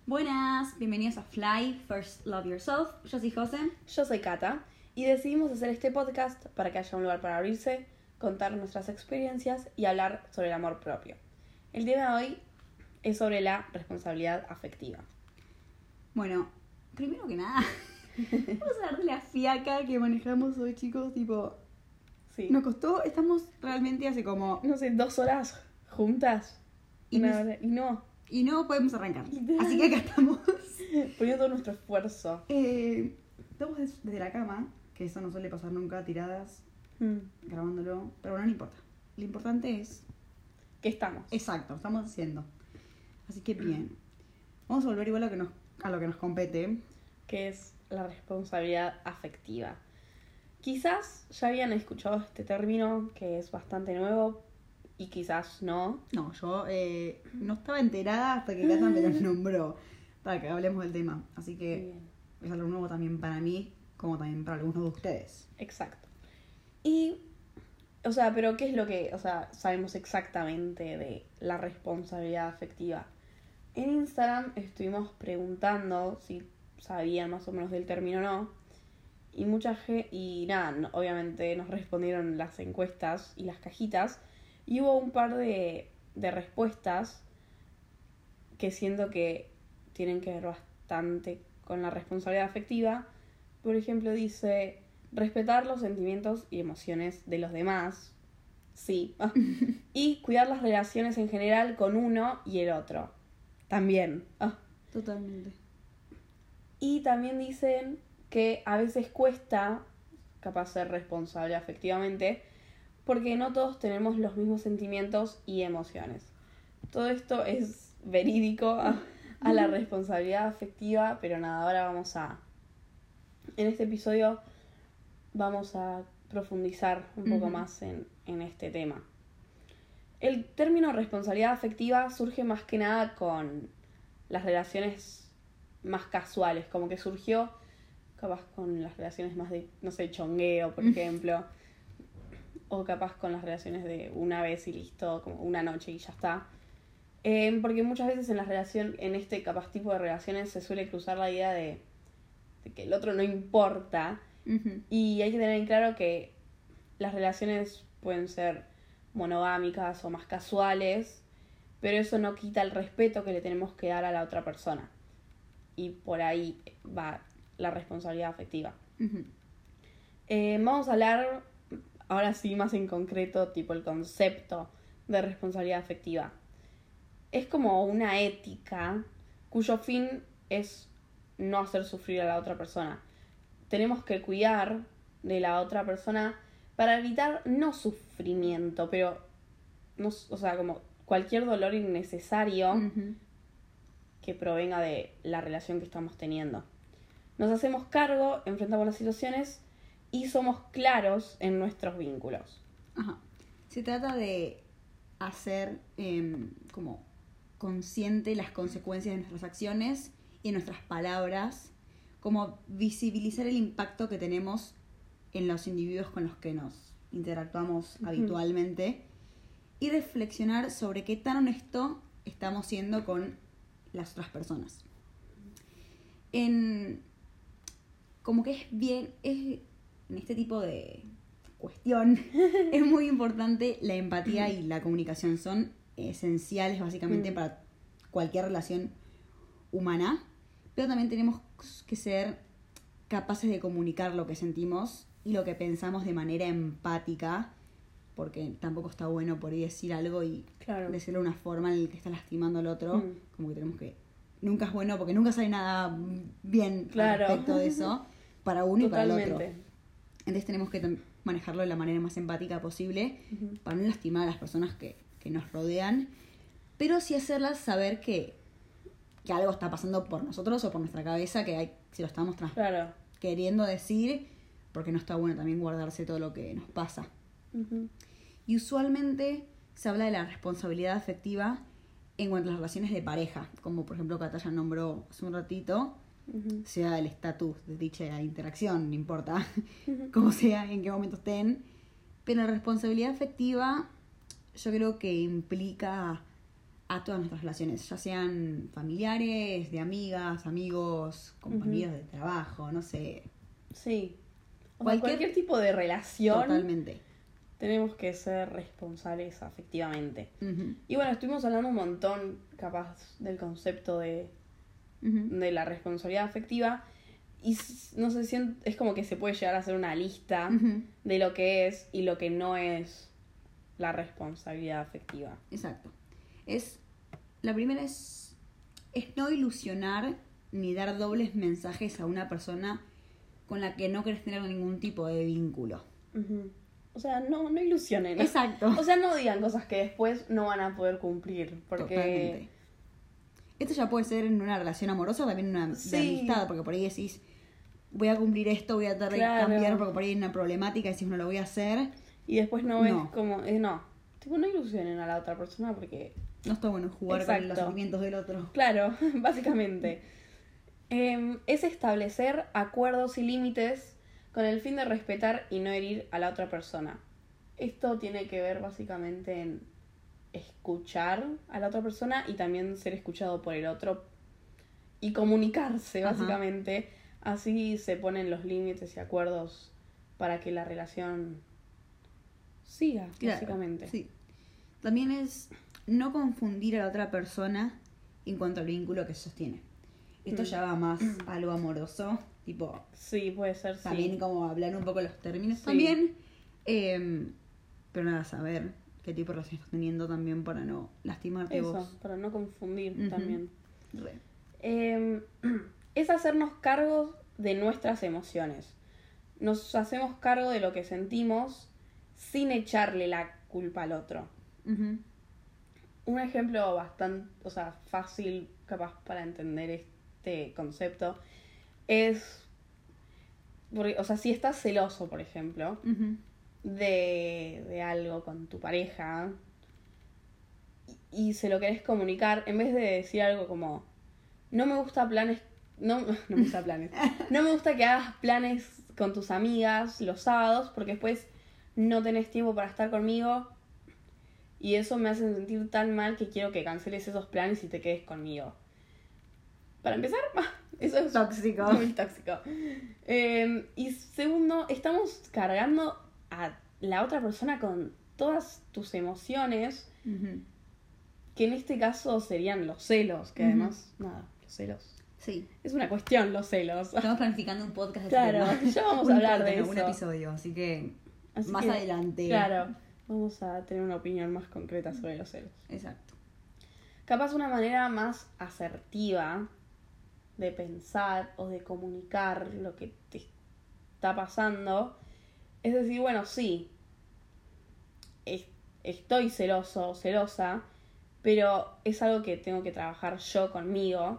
Buenas, bienvenidos a Fly, First Love Yourself. Yo soy José. Yo soy Cata y decidimos hacer este podcast para que haya un lugar para abrirse, contar nuestras experiencias y hablar sobre el amor propio. El tema de hoy es sobre la responsabilidad afectiva. Bueno, primero que nada, vamos a hablar de la fiaca que manejamos hoy, chicos. Tipo, Sí. nos costó, estamos realmente hace como... No sé, 2 horas juntas. Y Y no podemos arrancar. Así que acá estamos. poniendo todo nuestro esfuerzo. Estamos desde la cama, que eso no suele pasar nunca, tiradas, grabándolo. Pero bueno, no importa. Lo importante es... ¿Qué estamos? Exacto, estamos haciendo. Así que bien. Vamos a volver igual a lo que nos compete. Que es la responsabilidad afectiva. Quizás ya habían escuchado este término que es bastante nuevo y quizás no. No, yo no estaba enterada hasta que Cata me lo nombró para que hablemos del tema. Así que Bien. es algo nuevo también para mí, como también para algunos de ustedes. Exacto. Y, pero ¿qué es lo que, sabemos exactamente de la responsabilidad afectiva? En Instagram estuvimos preguntando si sabían más o menos del término o no. Y obviamente nos respondieron las encuestas y las cajitas. Y hubo un par de respuestas que siento que tienen que ver bastante con la responsabilidad afectiva. Por ejemplo, dice respetar los sentimientos y emociones de los demás. Sí. Y cuidar las relaciones en general con uno y el otro. También. Totalmente. Y también dicen que a veces cuesta, capaz, ser responsable afectivamente, porque no todos tenemos los mismos sentimientos y emociones. Todo esto es verídico a la responsabilidad afectiva, pero nada, ahora en este episodio vamos a profundizar un poco más en este tema. El término responsabilidad afectiva surge más que nada con las relaciones más casuales, como que surgió capaz con las relaciones más de, no sé, chongueo, por ejemplo, o capaz con las relaciones de una vez y listo, como una noche y ya está. Porque muchas veces en este capaz tipo de relaciones se suele cruzar la idea de que el otro no importa. Y hay que tener en claro que las relaciones pueden ser monogámicas o más casuales, pero eso no quita el respeto que le tenemos que dar a la otra persona. Y por ahí va la responsabilidad afectiva. Vamos a hablar ahora sí más en concreto, tipo el concepto de responsabilidad afectiva. Es como una ética cuyo fin es no hacer sufrir a la otra persona. Tenemos que cuidar de la otra persona para evitar no sufrimiento, pero como cualquier dolor innecesario que provenga de la relación que estamos teniendo. Nos hacemos cargo, enfrentamos las situaciones y somos claros en nuestros vínculos. Ajá. Se trata de hacer como consciente las consecuencias de nuestras acciones y nuestras palabras, como visibilizar el impacto que tenemos en los individuos con los que nos interactuamos habitualmente y reflexionar sobre qué tan honesto estamos siendo con las otras personas. Como que en este tipo de cuestión es muy importante la empatía y la comunicación. Son esenciales básicamente para cualquier relación humana, pero también tenemos que ser capaces de comunicar lo que sentimos y lo que pensamos de manera empática, porque tampoco está bueno por ahí decir algo y decirlo de una forma en la que está lastimando al otro. Como que tenemos que... Nunca es bueno porque nunca sale nada bien respecto de eso para uno y para el otro. Entonces tenemos que manejarlo de la manera más empática posible para no lastimar a las personas que nos rodean, pero sí hacerlas saber que algo está pasando por nosotros o por nuestra cabeza, que si lo estamos queriendo decir, porque no está bueno también guardarse todo lo que nos pasa. Y usualmente se habla de la responsabilidad afectiva en cuanto a las relaciones de pareja, como por ejemplo Cata ya nombró hace un ratito, sea el estatus de dicha interacción, no importa cómo sea, en qué momento estén, pero la responsabilidad afectiva yo creo que implica a todas nuestras relaciones, ya sean familiares, de amigas, amigos, compañeros de trabajo, no sé. Sí. O sea, cualquier tipo de relación. Totalmente. Tenemos que ser responsables afectivamente. Y bueno, estuvimos hablando un montón, capaz, del concepto de la responsabilidad afectiva. Y no sé, es como que se puede llegar a hacer una lista de lo que es y lo que no es la responsabilidad afectiva. Exacto. La primera es no ilusionar ni dar dobles mensajes a una persona con la que no querés tener ningún tipo de vínculo. O sea, no ilusionen. Exacto. O sea, no digan cosas que después no van a poder cumplir. Porque... Totalmente. Esto ya puede ser en una relación amorosa o también en una de amistad, porque por ahí decís, voy a cumplir esto, voy a tratar de cambiar porque por ahí hay una problemática y decís, no lo voy a hacer. Y después no es como, no. Tipo, no ilusionen a la otra persona porque... No está bueno jugar con los sentimientos del otro. Claro, básicamente. Es establecer acuerdos y límites con el fin de respetar y no herir a la otra persona. Esto tiene que ver básicamente en escuchar a la otra persona y también ser escuchado por el otro y comunicarse, básicamente. Así se ponen los límites y acuerdos para que la relación siga, básicamente. Sí. También es no confundir a la otra persona en cuanto al vínculo que sostiene. Esto ya va más a algo amoroso, tipo... Sí, puede ser, también como hablar un poco los términos también. Pero nada, saber qué tipo de relación estás teniendo también para no lastimarte vos. Eso, para no confundir también. Re. Es hacernos cargo de nuestras emociones. Nos hacemos cargo de lo que sentimos sin echarle la culpa al otro. Un ejemplo bastante, fácil, capaz para entender este concepto, es, porque, si estás celoso, por ejemplo, de algo con tu pareja y se lo querés comunicar, en vez de decir algo como, no me gusta que hagas planes con tus amigas los sábados porque después no tenés tiempo para estar conmigo y eso me hace sentir tan mal que quiero que canceles esos planes y te quedes conmigo. Para empezar, eso es tóxico. Muy tóxico. Y segundo, estamos cargando a la otra persona con todas tus emociones, que en este caso serían los celos, que además, los celos. Sí. Es una cuestión los celos. Estamos planificando un podcast de Claro, ya vamos a hablar de eso. Un episodio, así que más adelante. Claro, vamos a tener una opinión más concreta sobre los celos. Exacto. Capaz una manera más asertiva de pensar o de comunicar lo que te está pasando es decir, bueno, sí, estoy celoso o celosa, pero es algo que tengo que trabajar yo conmigo.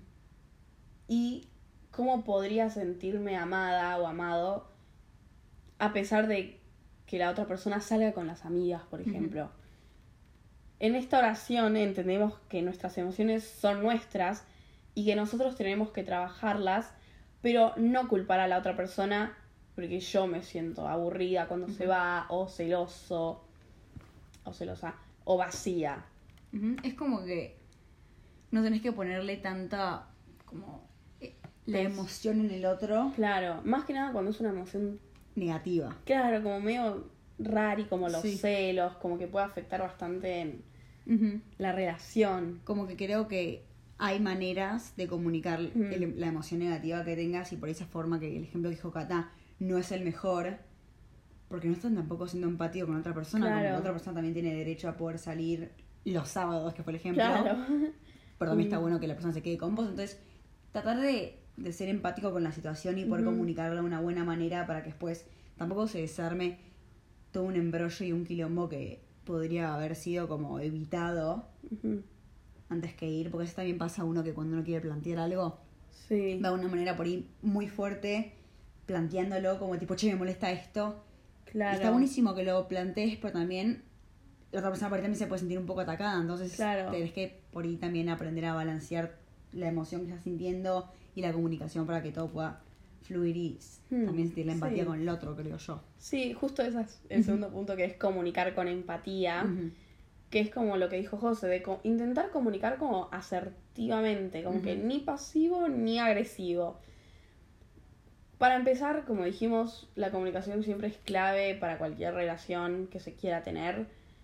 Y cómo podría sentirme amada o amado a pesar de que la otra persona salga con las amigas, por ejemplo. En esta oración entendemos que nuestras emociones son nuestras y que nosotros tenemos que trabajarlas, pero no culpar a la otra persona porque yo me siento aburrida cuando se va, o celoso, o celosa, o vacía. Es como que no tenés que ponerle tanta como la emoción en el otro. Claro, más que nada cuando es una emoción negativa. Claro, como medio rari, como los celos, como que puede afectar bastante en la relación. Como que creo que hay maneras de comunicar la emoción negativa que tengas y por esa forma que el ejemplo que dijo Cata no es el mejor, porque no están tampoco siendo empático con otra persona, como la otra persona también tiene derecho a poder salir los sábados, que fue el ejemplo. Claro. Pero también está bueno que la persona se quede con vos, entonces tratar de ser empático con la situación y poder comunicarla de una buena manera para que después tampoco se desarme todo un embrollo y un quilombo que podría haber sido como evitado antes que ir, porque eso también pasa a uno que cuando uno quiere plantear algo da de una manera por ahí muy fuerte, planteándolo como tipo, che, me molesta esto. Claro. Y está buenísimo que lo plantees, pero también la otra persona por ahí también se puede sentir un poco atacada, entonces tenés que por ahí también aprender a balancear la emoción que estás sintiendo y la comunicación para que todo pueda fluir y también sentir la empatía con el otro, creo yo. Sí, justo ese es el segundo punto, que es comunicar con empatía. que es como lo que dijo José, de intentar comunicar como asertivamente, como que ni pasivo ni agresivo. Para empezar, como dijimos, la comunicación siempre es clave para cualquier relación que se quiera tener.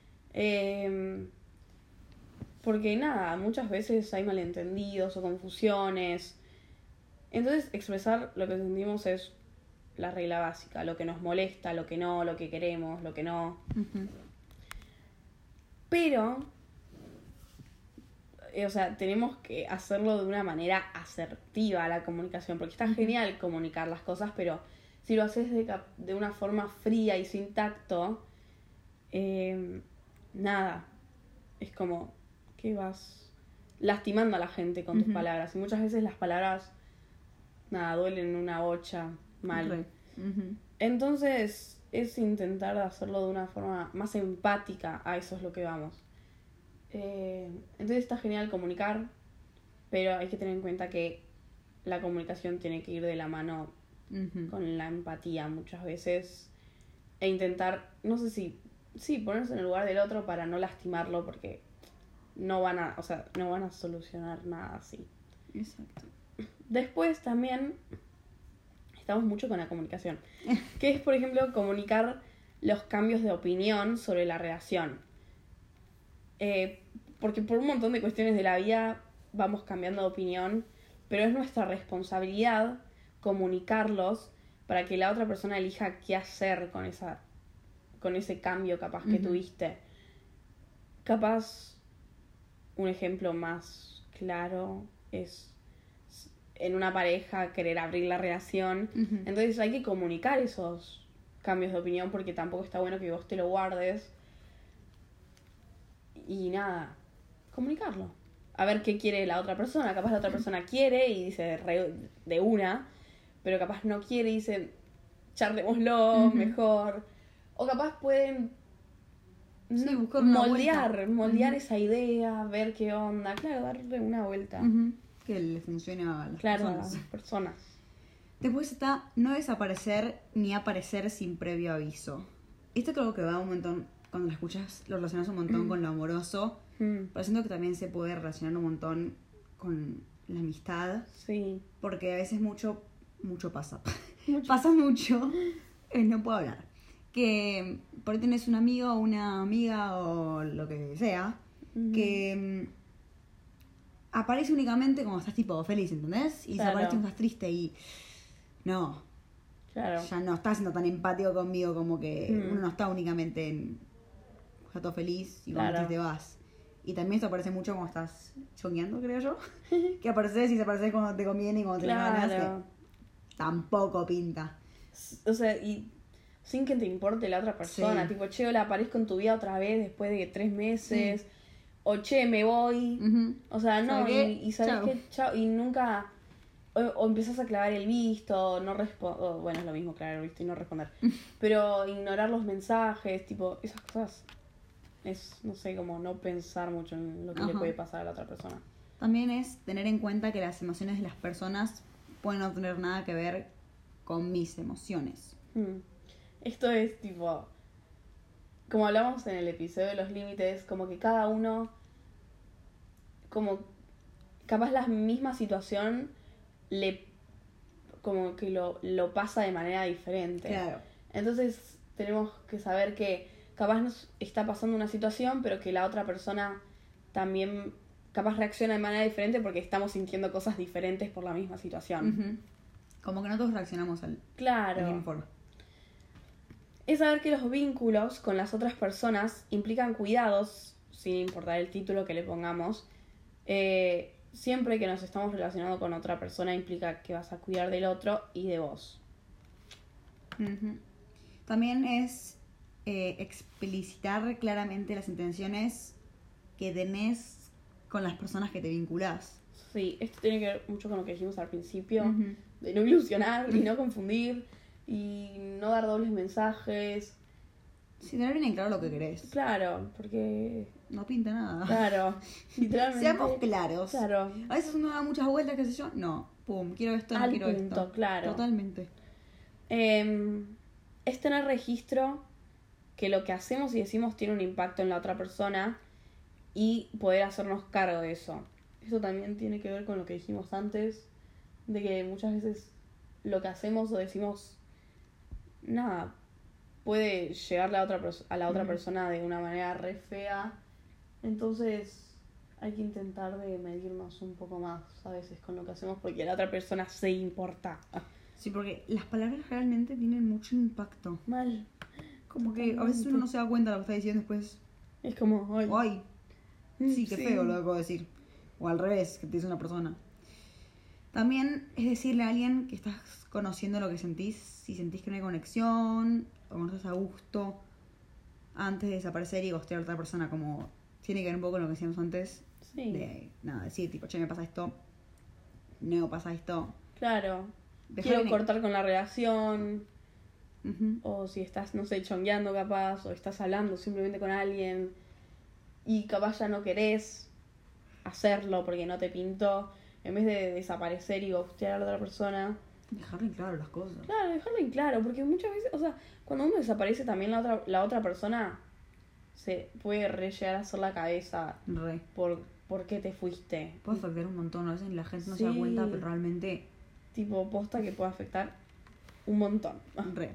Porque nada, muchas veces hay malentendidos o confusiones. Entonces, expresar lo que sentimos es la regla básica, lo que nos molesta, lo que no, lo que queremos, lo que no. Pero, o sea, tenemos que hacerlo de una manera asertiva la comunicación, porque está genial comunicar las cosas, pero si lo haces de una forma fría y sin tacto, nada, es como que vas lastimando a la gente con tus palabras. Y muchas veces las palabras, nada, duelen una bocha mal. Entonces, es intentar hacerlo de una forma más empática, a eso es lo que vamos. Entonces está genial comunicar, pero hay que tener en cuenta que la comunicación tiene que ir de la mano con la empatía muchas veces, e intentar, no sé si, sí, ponerse en el lugar del otro para no lastimarlo, porque no van a solucionar nada así. Exacto. Después también estamos mucho con la comunicación, que es, por ejemplo, comunicar los cambios de opinión sobre la relación. Porque por un montón de cuestiones de la vida vamos cambiando de opinión, pero es nuestra responsabilidad comunicarlos para que la otra persona elija qué hacer con ese cambio capaz que tuviste. Capaz, un ejemplo más claro es en una pareja querer abrir la relación. Entonces hay que comunicar esos cambios de opinión, porque tampoco está bueno que vos te lo guardes. Y nada, comunicarlo. A ver qué quiere la otra persona. Capaz la otra persona quiere y dice de una, pero capaz no quiere y dice charlémoslo mejor. O capaz pueden buscar moldear esa idea, ver qué onda. Claro, darle una vuelta. Que le funcione a las personas. A las personas. Después está no desaparecer ni aparecer sin previo aviso. Esto creo que va un montón, cuando lo escuchas, lo relacionas un montón con lo amoroso, pero siento que también se puede relacionar un montón con la amistad. Sí. Porque a veces mucho pasa. Pasa mucho. No puedo hablar. Que por ahí tenés un amigo o una amiga o lo que sea, que aparece únicamente cuando estás tipo feliz, ¿entendés? Y desaparece cuando estás triste y no. Claro. Ya no estás siendo tan empático conmigo, como que uno no está únicamente en está todo feliz y cuando te vas. Y también esto aparece mucho cuando estás chongueando, creo yo. Que apareces y desapareces cuando te conviene y cuando te ganas. Tampoco pinta. O sea, y sin que te importe la otra persona. Sí. Tipo, che, hola, aparezco en tu vida otra vez después de 3 meses. Sí. O che, me voy. O sea, no. Y sabes que chao. Y nunca. O empezás a clavar el visto, no bueno, es lo mismo clavar el visto y no responder. Pero ignorar los mensajes, tipo, esas cosas. Es, no sé, como no pensar mucho en lo que le puede pasar a la otra persona. También es tener en cuenta que las emociones de las personas pueden no tener nada que ver con mis emociones. Esto es tipo, como hablamos en el episodio de los límites, como que cada uno, como capaz la misma situación como que lo pasa de manera diferente. Claro. Entonces tenemos que saber que capaz nos está pasando una situación, pero que la otra persona también capaz reacciona de manera diferente porque estamos sintiendo cosas diferentes por la misma situación. Como que nosotros reaccionamos al mismo forma. Es saber que los vínculos con las otras personas implican cuidados, sin importar el título que le pongamos. Siempre que nos estamos relacionando con otra persona implica que vas a cuidar del otro y de vos. También es explicitar claramente las intenciones que tenés con las personas que te vinculás. Sí, esto tiene que ver mucho con lo que dijimos al principio, de no ilusionar y no confundir y no dar dobles mensajes. Sí, tener bien en claro lo que querés. Claro, porque no pinta nada. Claro, literalmente. Seamos claros. Claro. A veces uno da muchas vueltas, qué sé yo. No, pum, quiero esto, no quiero esto. Claro. Totalmente. Es tener registro que lo que hacemos y decimos tiene un impacto en la otra persona y poder hacernos cargo de eso. Eso también tiene que ver con lo que dijimos antes, de que muchas veces lo que hacemos o decimos, nada, puede llegar a la otra persona de una manera re fea. Entonces hay que intentar de medirnos un poco más a veces con lo que hacemos porque la otra persona se importa. Sí, porque las palabras realmente tienen mucho impacto. Mal. Como que a veces uno no se da cuenta de lo que está diciendo después. Es como, ay. ¡Ay! Sí, qué feo lo que acabo de decir. O al revés, que te dice una persona. También es decirle a alguien que estás conociendo lo que sentís, si sentís que no hay conexión o no estás a gusto, antes de desaparecer y ghostear a otra persona, como tiene que ver un poco con lo que decíamos antes. Sí. De nada, decir tipo, che, me pasa esto, no me pasa esto. Claro. Dejar Quiero en- cortar con la relación. Ujú. O si estás, no sé, chongueando capaz, o estás hablando simplemente con alguien y capaz ya no querés hacerlo porque no te pintó, en vez de desaparecer y ghostear a la otra persona. Dejarle claro las cosas. Claro, dejarlo en claro, porque muchas veces, o sea, cuando uno desaparece también la otra persona se puede re llegar a hacer la cabeza Re. por qué te fuiste. Puede afectar un montón, a veces la gente no se da Sí. cuenta, pero realmente Tipo, posta que puede afectar un montón. re.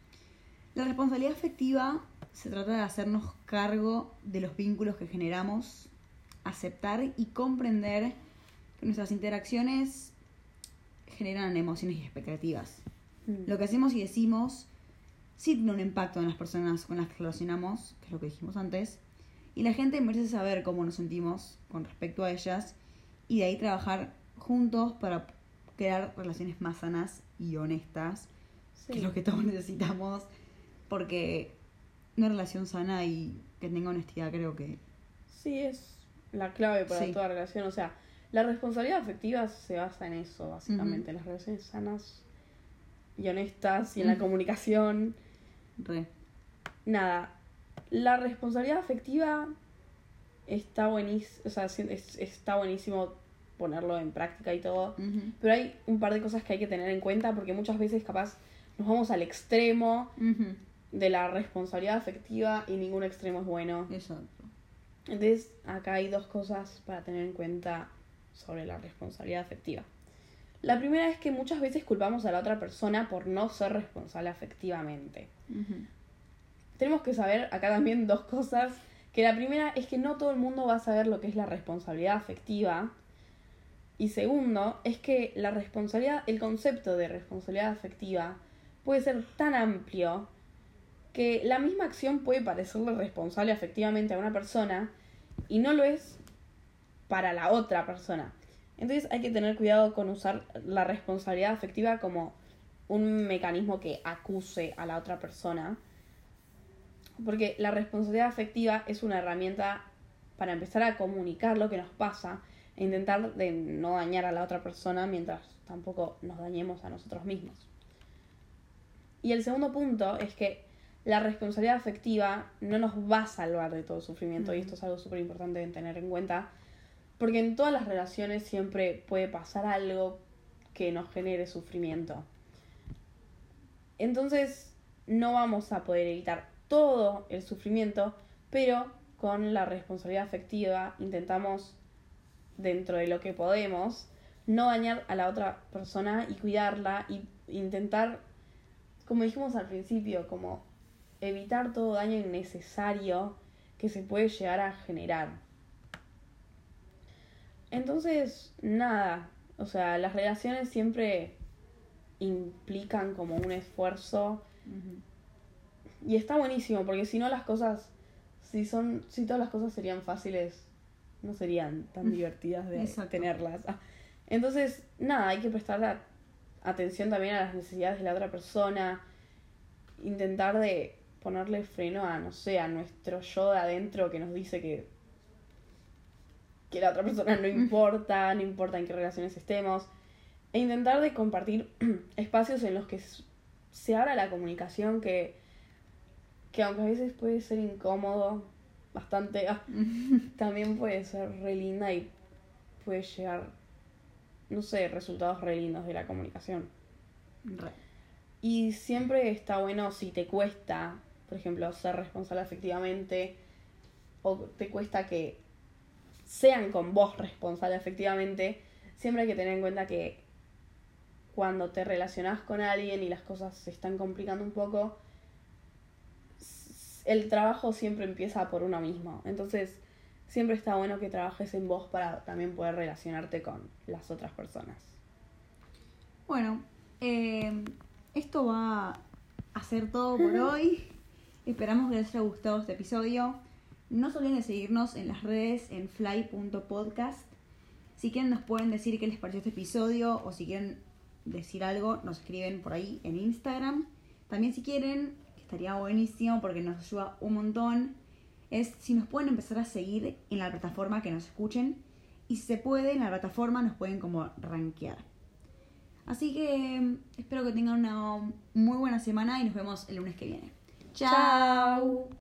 La responsabilidad afectiva se trata de hacernos cargo de los vínculos que generamos, aceptar y comprender que nuestras interacciones generan emociones y expectativas. Lo que hacemos y decimos sí tiene un impacto en las personas con las que relacionamos, que es lo que dijimos antes, y la gente merece saber cómo nos sentimos con respecto a ellas y de ahí trabajar juntos para crear relaciones más sanas y honestas, Sí. que es lo que todos necesitamos, porque una relación sana y que tenga honestidad creo que... Sí, es la clave para Sí. toda relación. O sea, la responsabilidad afectiva se basa en eso, básicamente. En las relaciones sanas y honestas y en la comunicación. Re. Nada, la responsabilidad afectiva está buenísimo, o sea, está buenísimo ponerlo en práctica y todo. Ujú. Pero hay un par de cosas que hay que tener en cuenta porque muchas veces capaz nos vamos al extremo Ujú. de la responsabilidad afectiva y ningún extremo es bueno. Exacto. Entonces, acá hay dos cosas para tener en cuenta sobre la responsabilidad afectiva. La primera es que muchas veces culpamos a la otra persona por no ser responsable afectivamente. Ujú. Tenemos que saber acá también dos cosas. Que la primera es que no todo el mundo va a saber lo que es la responsabilidad afectiva. Y segundo, es que la responsabilidad, el concepto de responsabilidad afectiva puede ser tan amplio que la misma acción puede parecerle responsable afectivamente a una persona y no lo es para la otra persona. Entonces hay que tener cuidado con usar la responsabilidad afectiva como un mecanismo que acuse a la otra persona. Porque la responsabilidad afectiva es una herramienta para empezar a comunicar lo que nos pasa e intentar de no dañar a la otra persona mientras tampoco nos dañemos a nosotros mismos. Y el segundo punto es que la responsabilidad afectiva no nos va a salvar de todo sufrimiento, y esto es algo súper importante de tener en cuenta, porque en todas las relaciones siempre puede pasar algo que nos genere sufrimiento. Entonces no vamos a poder evitar todo el sufrimiento, pero con la responsabilidad afectiva intentamos, dentro de lo que podemos, no dañar a la otra persona y cuidarla y intentar, como dijimos al principio, como evitar todo daño innecesario que se puede llegar a generar. Entonces, nada, o sea, las relaciones siempre implican como un esfuerzo. Y está buenísimo, porque si no las cosas, si todas las cosas serían fáciles, no serían tan divertidas de Exacto. tenerlas. Entonces, nada, hay que prestar atención también a las necesidades de la otra persona, intentar de ponerle freno a, no sé, a nuestro yo de adentro que nos dice que la otra persona no importa en qué relaciones estemos, e intentar de compartir espacios en los que se abra la comunicación que aunque a veces puede ser incómodo, bastante, también puede ser re linda y puede llegar, no sé, resultados re lindos de la comunicación. Re. Y siempre está bueno si te cuesta, por ejemplo, ser responsable afectivamente, o te cuesta que sean con vos responsables efectivamente, siempre hay que tener en cuenta que cuando te relacionás con alguien y las cosas se están complicando un poco, el trabajo siempre empieza por uno mismo. Entonces, siempre está bueno que trabajes en vos para también poder relacionarte con las otras personas. Bueno, esto va a ser todo por hoy. Esperamos que les haya gustado este episodio. No se olviden de seguirnos en las redes en fly.podcast. Si quieren nos pueden decir qué les pareció este episodio o si quieren decir algo, nos escriben por ahí en Instagram. También si quieren, que estaría buenísimo porque nos ayuda un montón, es si nos pueden empezar a seguir en la plataforma que nos escuchen y si se puede, en la plataforma nos pueden como rankear. Así que espero que tengan una muy buena semana y nos vemos el lunes que viene. ¡Chao!